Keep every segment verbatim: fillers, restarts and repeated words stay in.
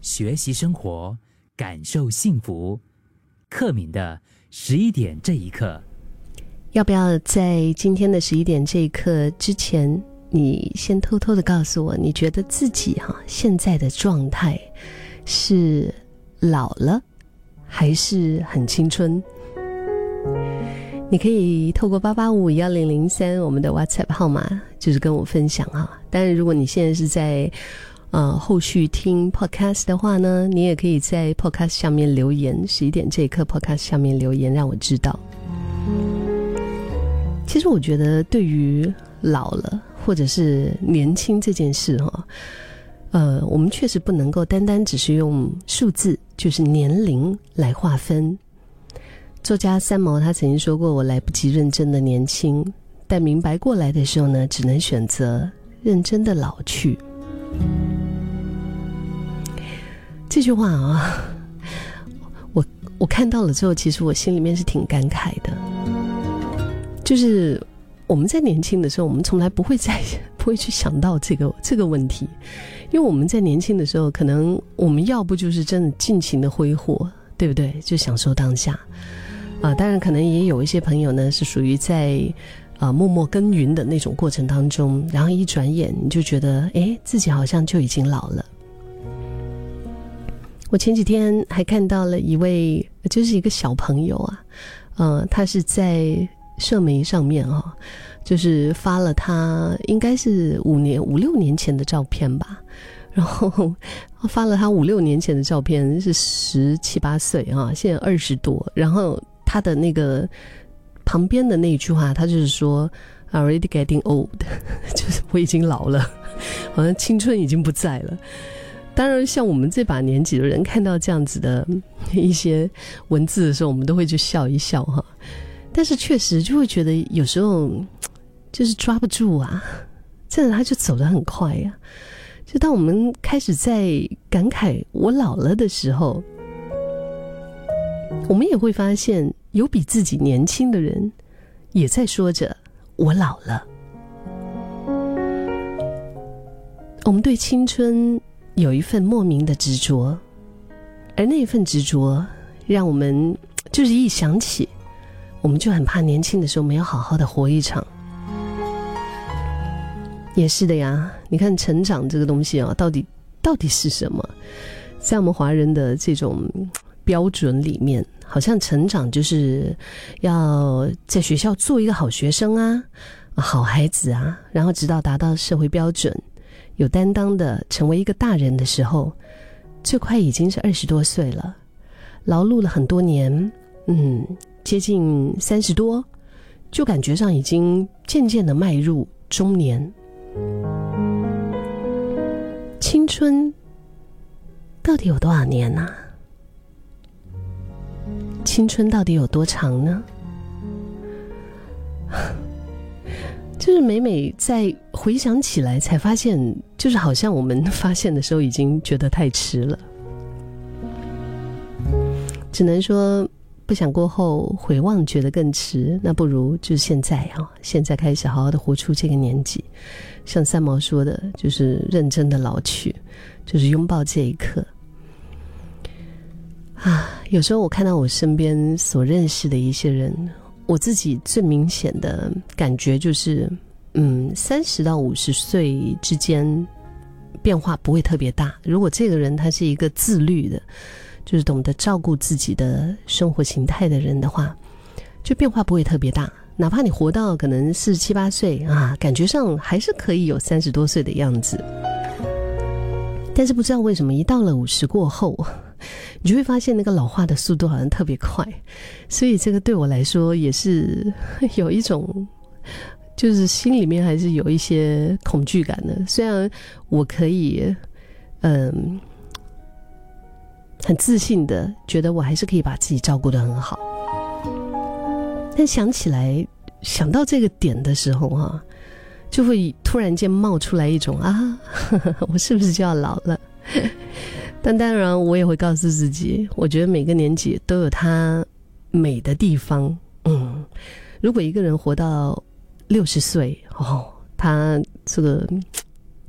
学习生活，感受幸福。克敏的十一点这一刻， 要不要在今天的十一点这一刻之前，你先偷偷的告诉我，你觉得自己哈、啊、现在的状态是老了，还是很青春？你可以透过八八五一零零三我们的 WhatsApp 号码，就是跟我分享哈。当然，如果你现在是在呃后续听 Podcast 的话呢，你也可以在 Podcast 下面留言，十一点这一刻 Podcast 下面留言，让我知道。其实我觉得，对于老了或者是年轻这件事哈，呃，我们确实不能够单单只是用数字，就是年龄来划分。作家三毛他曾经说过，我来不及认真的年轻，但明白过来的时候呢，只能选择认真的老去。这句话啊，我我看到了之后，其实我心里面是挺感慨的。就是我们在年轻的时候，我们从来不会再不会去想到这个这个问题，因为我们在年轻的时候，可能我们要不就是真的尽情的挥霍，对不对？就享受当下。啊，当然可能也有一些朋友呢是属于在啊默默耕耘的那种过程当中，然后一转眼你就觉得诶自己好像就已经老了。我前几天还看到了一位就是一个小朋友啊，呃他是在社媒上面啊、哦，就是发了他应该是五年五六年前的照片吧，然后发了他五六年前的照片，是十七八岁啊，现在二十多，然后他的那个旁边的那一句话，他就是说 already getting old 就是我已经老了，好像青春已经不在了。当然像我们这把年纪的人看到这样子的一些文字的时候，我们都会去笑一笑哈。但是确实就会觉得有时候就是抓不住啊，真的他就走得很快啊。就当我们开始在感慨我老了的时候，我们也会发现有比自己年轻的人也在说着我老了。我们对青春有一份莫名的执着，而那份执着让我们就是一想起，我们就很怕年轻的时候没有好好的活一场。也是的呀，你看成长这个东西啊，到底到底是什么？在我们华人的这种标准里面，好像成长就是要在学校做一个好学生啊，好孩子啊，然后直到达到社会标准，有担当的成为一个大人的时候，最快已经是二十多岁了，劳碌了很多年，嗯，接近三十多，就感觉上已经渐渐的迈入中年。青春到底有多少年啊？青春到底有多长呢？就是每每在回想起来才发现，就是好像我们发现的时候已经觉得太迟了。只能说不想过后回望觉得更迟，那不如就是现在啊，现在开始好好的活出这个年纪。像三毛说的，就是认真的老去，就是拥抱这一刻啊。有时候我看到我身边所认识的一些人，我自己最明显的感觉就是嗯，三十到五十岁之间变化不会特别大。如果这个人他是一个自律的，就是懂得照顾自己的生活形态的人的话，就变化不会特别大。哪怕你活到可能四十七八岁啊，感觉上还是可以有三十多岁的样子。但是不知道为什么一到了五十过后，你就会发现那个老化的速度好像特别快。所以这个对我来说也是有一种就是心里面还是有一些恐惧感的。虽然我可以嗯很自信的觉得我还是可以把自己照顾得很好，但想起来想到这个点的时候啊，就会突然间冒出来一种啊呵呵我是不是就要老了。但当然我也会告诉自己，我觉得每个年纪都有它美的地方。嗯，如果一个人活到六十岁哦，他这个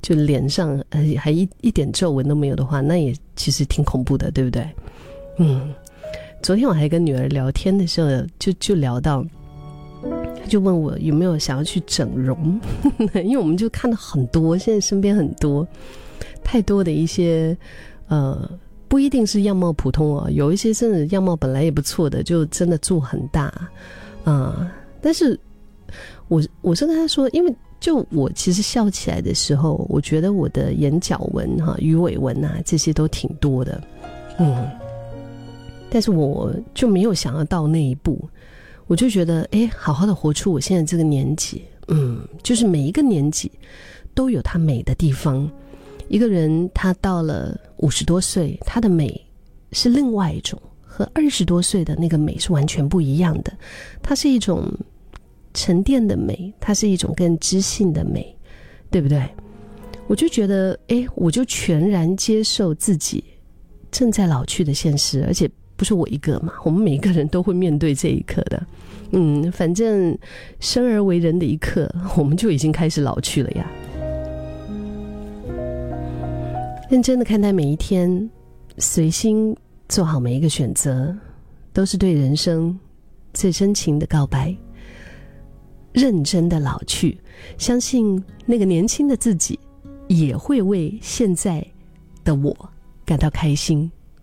就脸上呃还一一点皱纹都没有的话，那也其实挺恐怖的，对不对？嗯，昨天我还跟女儿聊天的时候，就就聊到，她就问我有没有想要去整容，因为我们就看到很多，现在身边很多太多的一些呃。不一定是样貌普通哦，有一些真的样貌本来也不错的，就真的做很大啊、呃。但是我我是跟他说，因为就我其实笑起来的时候，我觉得我的眼角纹哈、鱼尾纹啊这些都挺多的，嗯，但是我就没有想要到那一步，我就觉得哎，好好的活出我现在这个年纪，嗯，就是每一个年纪都有它美的地方。一个人他到了五十多岁，他的美是另外一种，和二十多岁的那个美是完全不一样的。它是一种沉淀的美，它是一种更知性的美，对不对？我就觉得，哎，我就全然接受自己正在老去的现实，而且不是我一个嘛，我们每一个人都会面对这一刻的。嗯，反正生而为人的一刻，我们就已经开始老去了呀。认真的看待每一天，随心做好每一个选择，都是对人生最真情的告白。认真的老去，相信那个年轻的自己也会为现在的我感到开心。